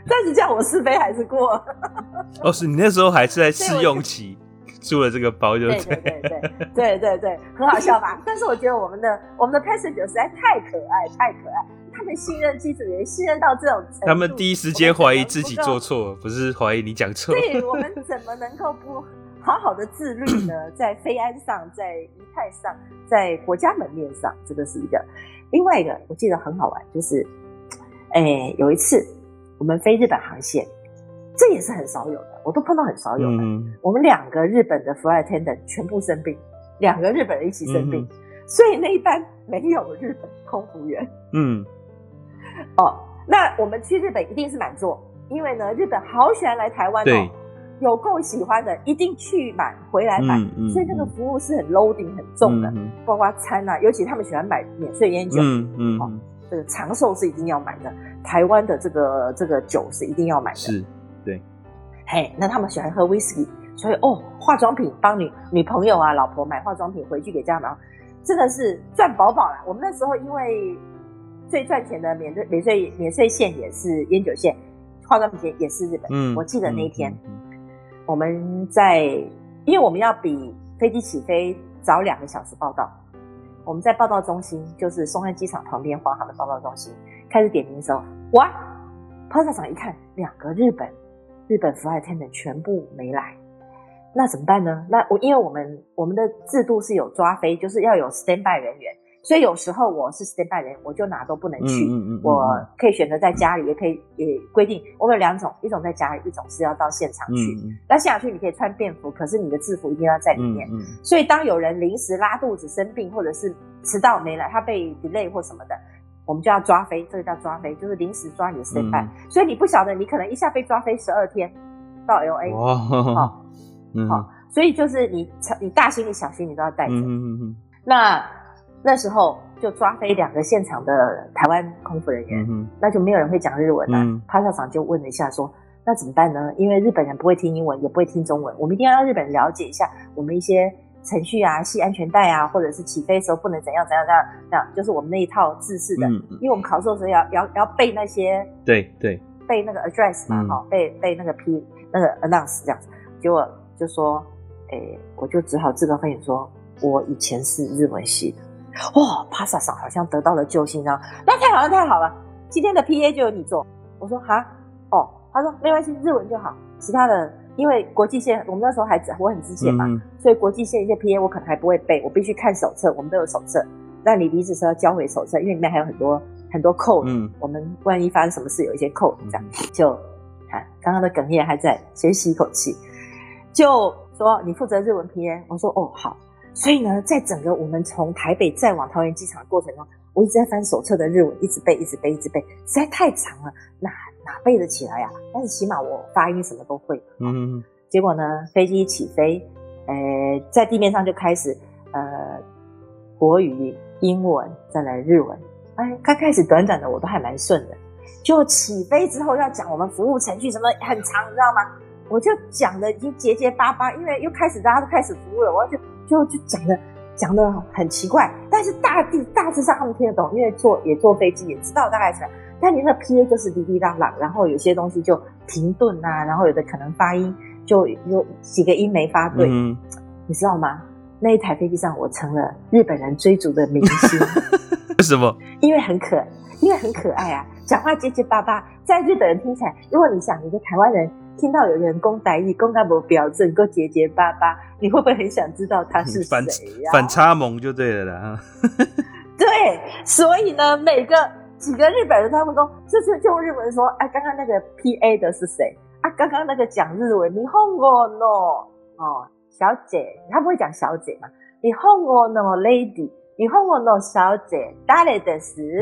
但是叫我试飞还是过。 哦，是你那时候还是在试用期出了这个包，就对对对对对对对，很好笑吧？但是我觉得我们的我们的 passenger 实在太可爱，太可爱。他们信任机组员信任到这种程度， 他们第一时间怀疑自己做错，不是怀疑你讲错。 对，我们怎么能够不好好的自律呢？在飞安上，在仪态上，在国家门面上，这个是一个。另外一个我记得很好玩，就是哎，有一次我们飞日本航线，这也是很少有的，我都碰到很少有的。嗯、我们两个日本的 flight attendant 全部生病，两个日本人一起生病，嗯、所以那一班没有日本空服员。嗯。哦，那我们去日本一定是满座，因为呢，日本好喜欢来台湾哦，有够喜欢的，一定去买回来买，嗯嗯、所以那个服务是很 loading 很重的，嗯、包括餐啊，尤其他们喜欢买免税烟酒，嗯嗯、哦，这个长寿是一定要买的，台湾的这个这个酒是一定要买的， 是，对， 嘿，那他们喜欢喝 whisky， 所以哦，化妆品帮女女朋友啊、老婆买化妆品回去给家人，真的是赚饱饱了。我们那时候因为最赚钱的免税免税免税线也是烟酒线，化妆品线也是日本。嗯，我记得那一天、嗯嗯、我们在，因为我们要比飞机起飞早两个小时报到，我们在报到中心，就是松山机场旁边华航的报到中心开始点名的时候，哇，炮塔长一看，两个日本日本 flight attendant 全部没来，那怎么办呢？那我因为我们我们的制度是有抓飞，就是要有 standby 人员。所以有时候我是 standby 人，我就哪都不能去。嗯嗯嗯嗯、我可以选择在家里，也可以也规定我们有两种，一种在家里，一种是要到现场去。嗯嗯、那现场去你可以穿便服，可是你的制服一定要在里面。嗯嗯、所以当有人临时拉肚子、生病，或者是迟到没来，他被 delay 或什么的，我们就要抓飞，这个叫抓飞，就是临时抓你的 standby。嗯、所以你不晓得，你可能一下被抓飞十二天到 L A。哇，好、嗯哦，所以就是你你大行李小行李都要带着。嗯嗯嗯、那那时候就抓飞两个现场的台湾空服人员，嗯、那就没有人会讲日文了、啊。嗯、趴校长就问了一下说：“那怎么办呢？因为日本人不会听英文，也不会听中文，我们一定要让日本人了解一下我们一些程序啊、系安全带啊，或者是起飞的时候不能怎样怎样怎样，那样就是我们那一套制式的。嗯、因为我们考试的时候要要要背那些， 对对， 背那个 address 嘛，哈、嗯，背背那个 P 那个 announce 这样子。结果就说，诶，我就只好自告奋勇说，我以前是日文系的。”哇，帕萨桑好像得到了救星啊！那太好了，太好了！今天的 P A 就由你做。我说哈，哦，他说没关系，日文就好。其他的，因为国际线，我们那时候还我很之前嘛，嗯、所以国际线一些 P A 我可能还不会背，我必须看手册，我们都有手册。那你离职时候要交回手册，因为里面还有很多很多 code，、嗯、我们万一发生什么事，有一些 code 这样。就看刚刚的哽咽还在，先吸一口气，就说你负责日文 P A， 我说哦好。所以呢，在整个我们从台北再往桃园机场的过程中，我一直在翻手册的日文，一直背，一直背，一直背，实在太长了，哪哪背得起来呀、啊？但是起码我发音什么都会。嗯，结果呢，飞机起飞，呃，在地面上就开始呃国语、英文，再来日文。哎，刚开始短短的我都还蛮顺的，就起飞之后要讲我们服务程序什么很长，你知道吗？我就讲的已经结结巴巴，因为又开始大家都开始服务了，我就就就讲的讲的很奇怪，但是大地大致上他们听得懂，因为坐也坐飞机也知道大概是。但你那个 P A 就是滴滴答答，然后有些东西就停顿啊，然后有的可能发音就有几个音没发对，嗯、你知道吗？那一台飞机上我成了日本人追逐的明星。 为什么？ 因为很可，因为很可爱啊，讲话结结巴巴，在日本人听起来，如果你想一个台湾人。听到有人讲台语讲到没标准够结结巴巴，你会不会很想知道他是谁呀、啊？ 反差萌就对了啦。 对，所以呢，每个几个日本人他们说，就就用日文说，哎，刚刚那个 P A 的是谁啊？刚刚那个讲日文，你hongo no哦，小姐，他不会讲小姐嘛？你hongo no lady， 你hongo no小姐，誰です、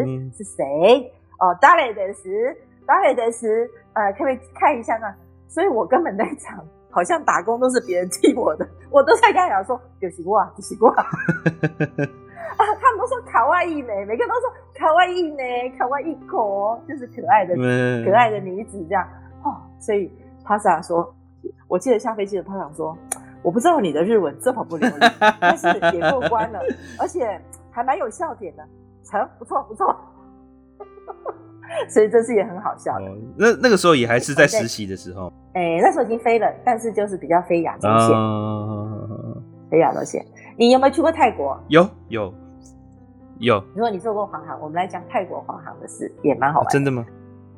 嗯、是谁？哦，誰です、誰です、呃，可不可以看一下呢？所以我根本那一场好像打工都是别人替我的，我都在跟他讲说就是我就是我啊，他们都说卡哇伊呢，每个人都说卡哇伊呢，卡哇伊口就是可爱的、嗯、可爱的女子这样哦。所以帕萨说，我记得下飞机的帕萨说，我不知道你的日文这么不流利，但是也过关了，而且还蛮有笑点的，成不错不错。 所以这是也很好笑的。 哦、那那个时候也还是在实习的时候， 哎、欸，那时候已经飞了，但是就是比较飞亚洲线， 哦、 飞亚洲线。你有没有去过泰国？ 有有有。 如果你坐过华航，我们来讲泰国华航的事，也蛮好玩的、 啊。真的吗？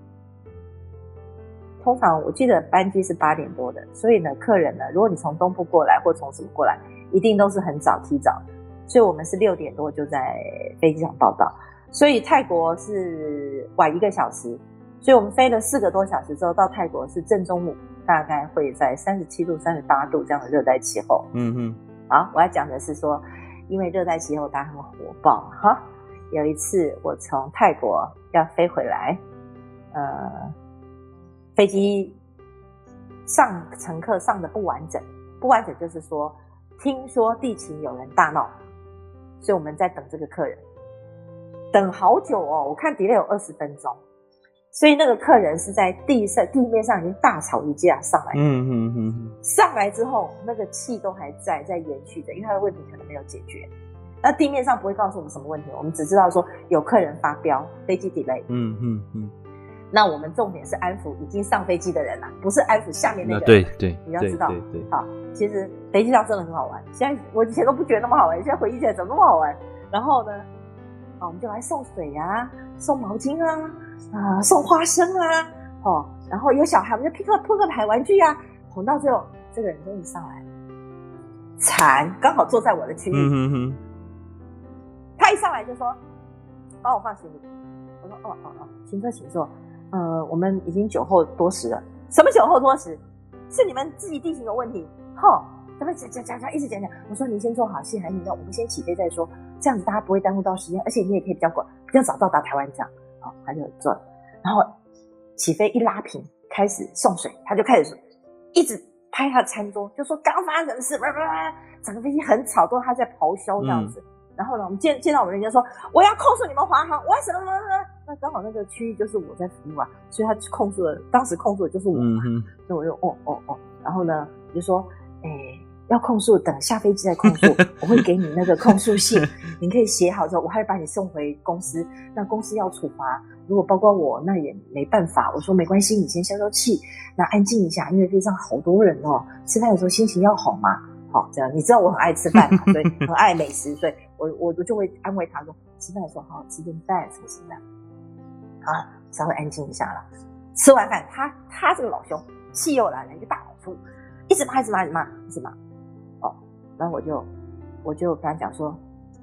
通常我记得班机是八点多的，所以呢，客人呢，如果你从东部过来或从什么过来，一定都是很早提早，所以我们是六点多就在飞机场报到，所以泰国是晚一个小时，所以我们飞了四个多小时之后到泰国是正中午，大概会在三十七度、三十八度这样的热带气候。 嗯哼， 好，我要讲的是说，因为热带气候大家很火爆哈。有一次我从泰国要飞回来，呃。飞机上乘客上的不完整，不完整就是说，听说地勤有人大闹，所以我们在等这个客人，等好久哦，我看 delay 有二十分钟，所以那个客人是在地上地面上已经大吵一架上来， 嗯嗯嗯， 上来之后那个气都还在，在延续着，因为他的问题可能没有解决。那地面上不会告诉我们什么问题，我们只知道说有客人发飙，飞机 delay。 嗯嗯嗯。 那我们重点是安抚已经上飞机的人啦，不是安抚下面那个人。 对对， 你要知道， 对对对。 好，其实飞机上真的很好玩。现在我以前都不觉得那么好玩，现在回忆起来怎么那么好玩？然后呢，啊，我们就来送水啊，送毛巾啊，啊、呃，送花生啊，哦，然后有小孩，我们就扑克扑克牌玩具啊，哄到最后，这个人终于上来，蝉刚好坐在我的区域， 嗯哼哼， 他一上来就说：“帮我放行李。”我说：“哦哦哦，请坐，请坐。”呃，我们已经酒后多时了。什么酒后多时？是你们自己地形有问题。吼，咱们讲讲讲讲，一直讲讲。我说您先坐好，谢寒你让我们先起飞再说，这样子大家不会耽误到时间，而且你也可以比较快、比较早到达台湾这样。好，他就坐，然后起飞一拉平，开始送水，他就开始一直拍他的餐桌，就说刚发生什么事，叭叭叭，整个飞机很吵，都是他在咆哮这样子。嗯，然后呢，我们见见到我们人家说我要控诉你们华航，我要什么什么什么，那刚好那个区域就是我在服务啊，所以他控诉的，当时控诉的就是我嘛，嗯，所以我就哦哦哦，然后呢，我就说，哎，要控诉，等下飞机再控诉，我会给你那个控诉信，你可以写好之后，我还会把你送回公司，那公司要处罚，如果包括我，那也没办法。我说没关系，你先消消气，那安静一下，因为飞机上好多人哦，吃饭的时候心情要好嘛。好，这样你知道我很爱吃饭嘛，所以很爱美食，所以我我就会安慰他说，吃饭的时候好好吃顿饭，什么什么的，啊，稍微安静一下了。吃完饭，他他这个老兄气又来了，一个大老粗，一直骂，一直骂，一直骂，一直骂。哦，然后我就我就跟他讲说，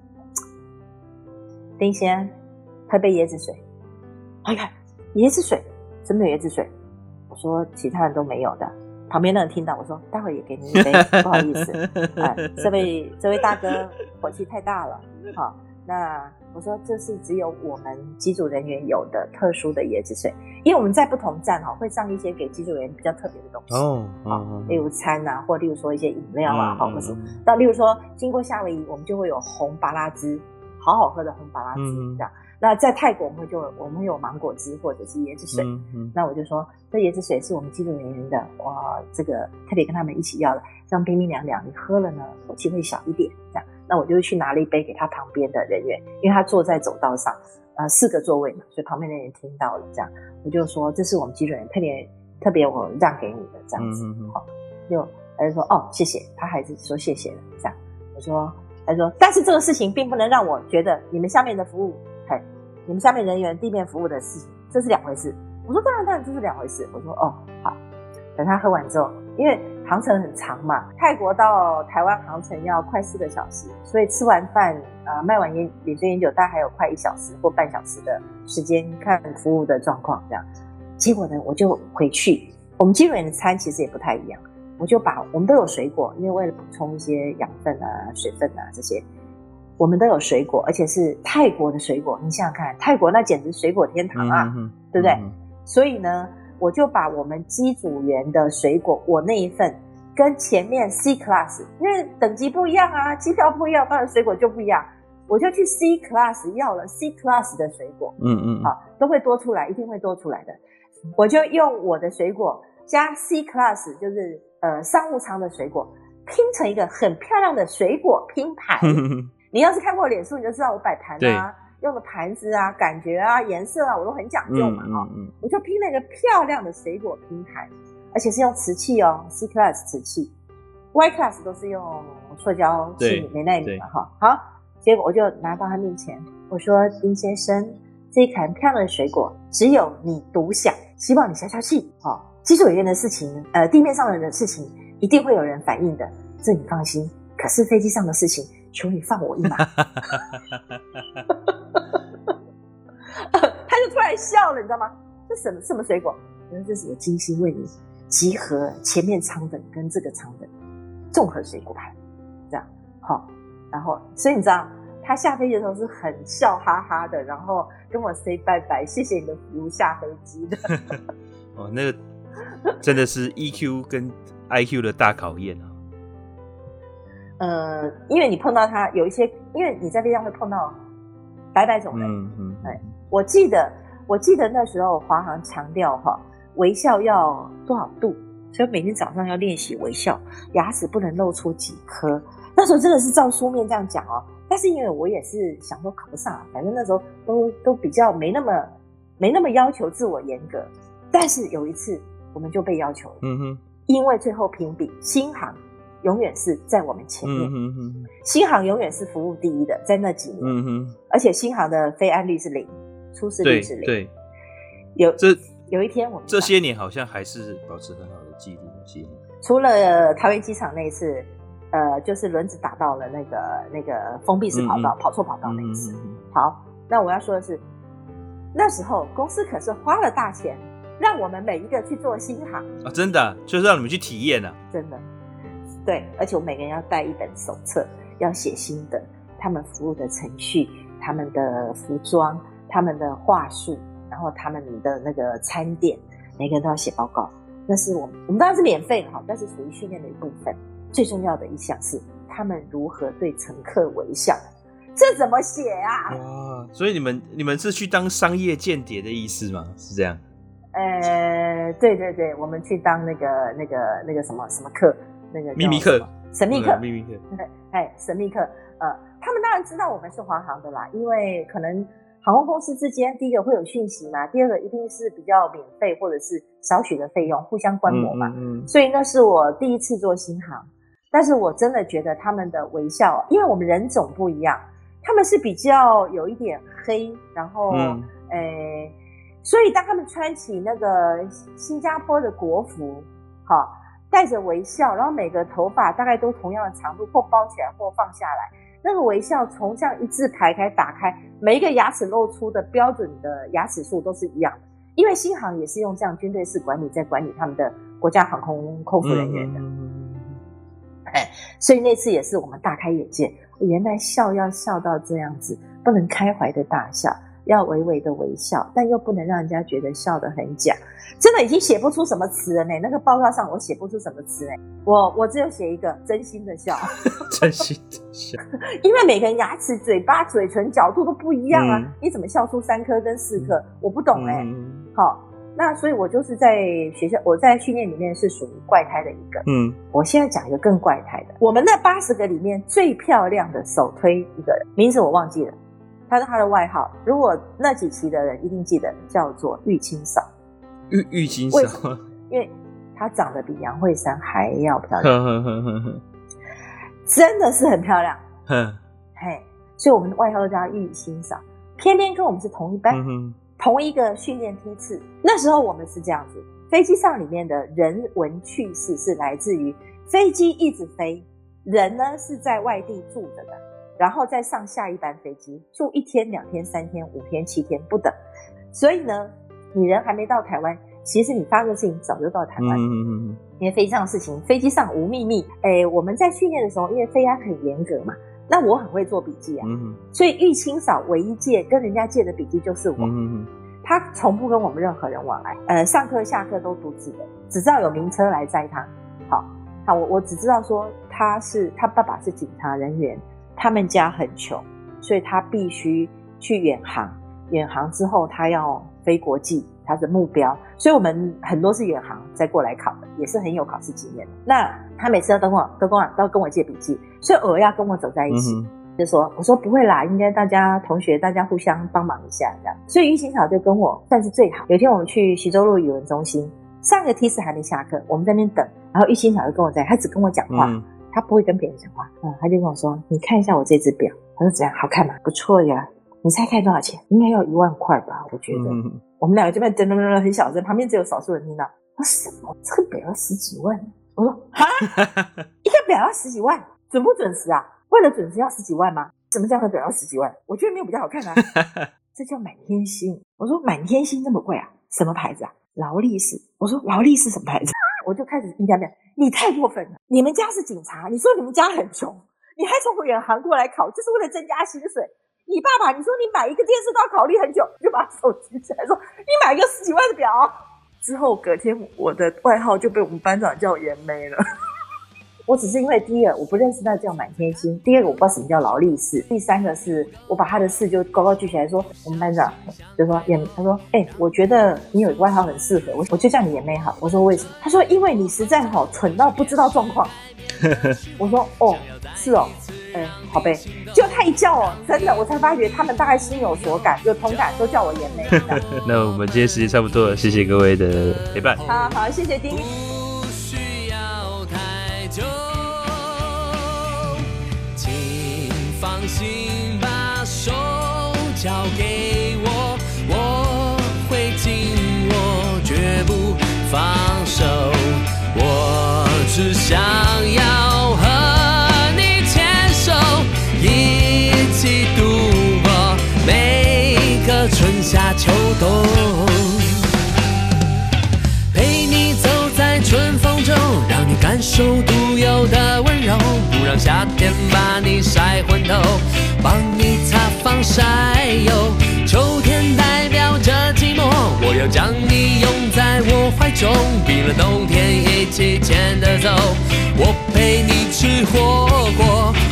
丁先喝杯椰子水。哎呀，椰子水，真没有椰子水？我说其他人都没有的。旁边的人听到我说，待会也给你一杯，不好意思，哎，这位这位大哥火气太大了，好，那我说这是只有我们机组人员有的特殊的椰子水，因为我们在不同站哈会上一些给机组人员比较特别的东西，哦，哦，例如餐啊，或例如说一些饮料啊，好、嗯，或是到例如说经过夏威夷，我们就会有红芭乐汁，好好喝的红芭乐汁、嗯、这样。那在泰国我们会就我们会有芒果汁或者是椰子水、嗯嗯、那我就说这椰子水是我们机组人员的，哇，这个特别跟他们一起要的，这样冰冰凉凉，你喝了呢火气会小一点这样。那我就去拿了一杯给他旁边的人员，因为他坐在走道上呃，四个座位嘛，所以旁边的人听到了这样，我就说这是我们机组人员特别特别我让给你的这样子、嗯嗯哦、就他就说哦谢谢，他还是说谢谢的这样。我说他说但是这个事情并不能让我觉得你们下面的服务嘿，你们下面人员地面服务的事情，这是两回事。我说当然当然这是两回事。我说哦好，等他喝完之后，因为航程很长嘛，泰国到台湾航程要快四个小时，所以吃完饭呃卖完烟点缀烟酒大概还有快一小时或半小时的时间看服务的状况这样。结果呢我就回去，我们机组人的餐其实也不太一样，我就把我们都有水果，因为为了补充一些养分啊水分啊这些，我们都有水果，而且是泰国的水果，你想想看，泰国那简直水果天堂啊、嗯、对不对、嗯、所以呢我就把我们机组员的水果，我那一份跟前面 C class， 因为等级不一样啊，机票不一样，当然水果就不一样，我就去 C class 要了 C class 的水果，嗯嗯，好，都会多出来，一定会多出来的。我就用我的水果加 C class， 就是呃商务舱的水果，拼成一个很漂亮的水果拼盘。你要是看过我脸书，你就知道我摆盘啊， 用的盘子啊、感觉啊、颜色啊，我都很讲究嘛，哈、嗯嗯嗯，我就拼了一个漂亮的水果拼盘，而且是用瓷器哦 ，C class 瓷器 ，Y class 都是用塑胶器皿美奈米嘛，哈，好，结果我就拿到他面前，我说丁先生，这一盘漂亮的水果只有你独享，希望你消消气，哦，技术委员的事情，呃，地面上的人的事情，一定会有人反映的，这你放心。可是飞机上的事情，求你放我一马。他就突然笑了，你知道吗？这什么什么水果？我说这是我精心为你集合前面舱等跟这个舱等综合水果盘，这样好。然后，所以你知道，他下飞机的时候是很笑哈哈的，然后跟我 say 拜拜，谢谢你的服务，下飞机的。 哦，那个真的是 E Q 跟 I Q 的大考验啊。 呃，因为你碰到他有一些，因为你在飞机上会碰到百百种人。嗯嗯。哎，我记得，我记得那时候华航强调哈，微笑要多少度，所以每天早上要练习微笑，牙齿不能露出几颗。那时候真的是照书面这样讲哦，但是因为我也是想说考不上，反正那时候都都比较没那么没那么要求自我严格。但是有一次我们就被要求了，嗯哼，因为最后评比新航永远是在我们前面，嗯哼，新航永远是服务第一的，在那几年，嗯哼，而且新航的飞安率是零，出事率是零， 对， 有这有一天我们这些年好像还是保持很好的记录，记录除了桃园机场那一次，呃，就是轮子打到了那个那个封闭式跑道，嗯嗯跑错跑道那一次。嗯嗯好，那我要说的是，那时候公司可是花了大钱，让我们每一个去做新航啊，真的、啊、就是让你们去体验啊， 真的。对，而且我每个人要带一本手册，要写心得，他们服务的程序，他们的服装，他们的话术，然后他们的那个餐点，每个人都要写报告。那是我们，我们当然是免费的哈，但是属于训练的一部分。最重要的一项是他们如何对乘客微笑，这怎么写啊？ 哇，所以你们你们是去当商业间谍的意思吗？是这样？ 呃，对对对，我们去当那个那个那个什么什么课。那个秘密课， 神秘课， 秘密课， 哎，神秘课，呃，他们当然知道我们是华航的啦，因为可能航空公司之间，第一个会有讯息嘛，第二个一定是比较免费或者是少许的费用，互相观摩嘛，嗯嗯嗯，所以那是我第一次做新航，但是我真的觉得他们的微笑，因为我们人种不一样，他们是比较有一点黑，然后，嗯，诶，所以当他们穿起那个新加坡的国服，好。带着微笑，然后每个头发大概都同样的长度，或包起来或放下来，那个微笑从这样一字排开打开，每一个牙齿露出的标准的牙齿数都是一样的，因为新航也是用这样军队式管理在管理他们的国家航空空服人员的，嗯哎，所以那次也是我们大开眼界，原来笑要笑到这样子，不能开怀的大笑，要微微的微笑，但又不能让人家觉得笑得很假。真的已经写不出什么词了呢，那个报告上我写不出什么词呢，我我只有写一个真心的笑， 真心的笑， 因为每个人牙齿、嘴巴、嘴唇角度都不一样啊，嗯、你怎么笑出三颗跟四颗？嗯、我不懂哎、欸。嗯、好，那所以我就是在学校，我在训练里面是属于怪胎的一个。嗯，我现在讲一个更怪胎的，我们那八十个里面最漂亮的首推一个人，名字我忘记了，他是他的外号，如果那几期的人一定记得，叫做玉清嫂。 玉玉清嫂， 因为她长得比杨惠珊还要漂亮，真的是很漂亮。嘿，所以我们外号都叫她玉清嫂。偏偏跟我们是同一班，嗯、同一个训练梯次。那时候我们是这样子，飞机上里面的人文趣事是来自于飞机一直飞，人呢是在外地住着的，然后再上下一班飞机，住一天、两天、三天、五天、七天不等。所以呢。你人还没到台湾，其实你发生的事情早就到台湾。嗯嗯嗯。因为飞机上的事情，飞机上无秘密。哎，我们在训练的时候，因为飞安很严格嘛，那我很会做笔记啊。嗯。所以玉清嫂唯一借跟人家借的笔记就是我。嗯嗯。他从不跟我们任何人往来，呃，上课下课都独自的，只知道有名车来载他。好，好，我我只知道说他是他爸爸是警察人员，他们家很穷，所以他必须去远航。远航之后，他要飞国际，他的目标，所以我们很多是远航再过来考的，也是很有考试经验的。那他每次都跟我都跟我都跟我借笔记，所以偶尔要跟我走在一起。嗯、 就说我说不会啦，应该大家同学大家互相帮忙一下这样。所以郁欣草就跟我算是最好。有一天我们去徐州路语文中心，上个梯次还没下课，我们在那边等，然后郁欣草就跟我在，他只跟我讲话。嗯，他不会跟别人讲话，嗯，他就跟我说：“你看一下我这只表。”他说：“怎样？好看吗？不错呀。你猜看多少钱？应该要一万块吧？我觉得。嗯”我们两个这边噔噔噔噔很小声，旁边只有少数人听到。我说：“什么？这个表要十几万？”我说：“哈，一个表要十几万，准不准时啊？为了准时要十几万吗？什么叫做表要十几万？我觉得没有比较好看啊。这叫满天星。”我说：“满天星那么贵啊？什么牌子啊？劳力士。”我说：“劳力士什么牌子？”我就开始印象变，你太过分了！你们家是警察，你说你们家很穷，你还从远航过来考，就是为了增加薪水。你爸爸，你说你买一个电视都要考虑很久，就把手举起来说，你买个十几万的表。之后隔天我的外号就被我们班长叫颜妹了。我只是因为第一个我不认识那叫满天星，第二个我不知道什么叫劳力士，第三个是我把他的事就高高举起来说，我们班长就说颜，他说哎、欸，我觉得你有一个外号很适合我，我就叫你颜妹好。我说为什么？他说因为你实在好蠢到不知道状况。我说哦是哦，哎、欸、好呗。就他一叫哦，真的我才发觉他们大概心有所感，有同感，都叫我颜妹。 那我们今天时间差不多了，谢谢各位的陪伴。 好好，谢谢丁。 请放心把手交给我，我会紧握，绝不放手。我只想要和你牵手，一起度过每个春夏秋冬，陪你走在春风中，让你感受独有的温柔，不让夏天把你晒昏头，帮你擦防晒油。秋天代表着寂寞，我要将你拥在我怀中，冰冷冬天一起牵着走，我陪你吃火锅。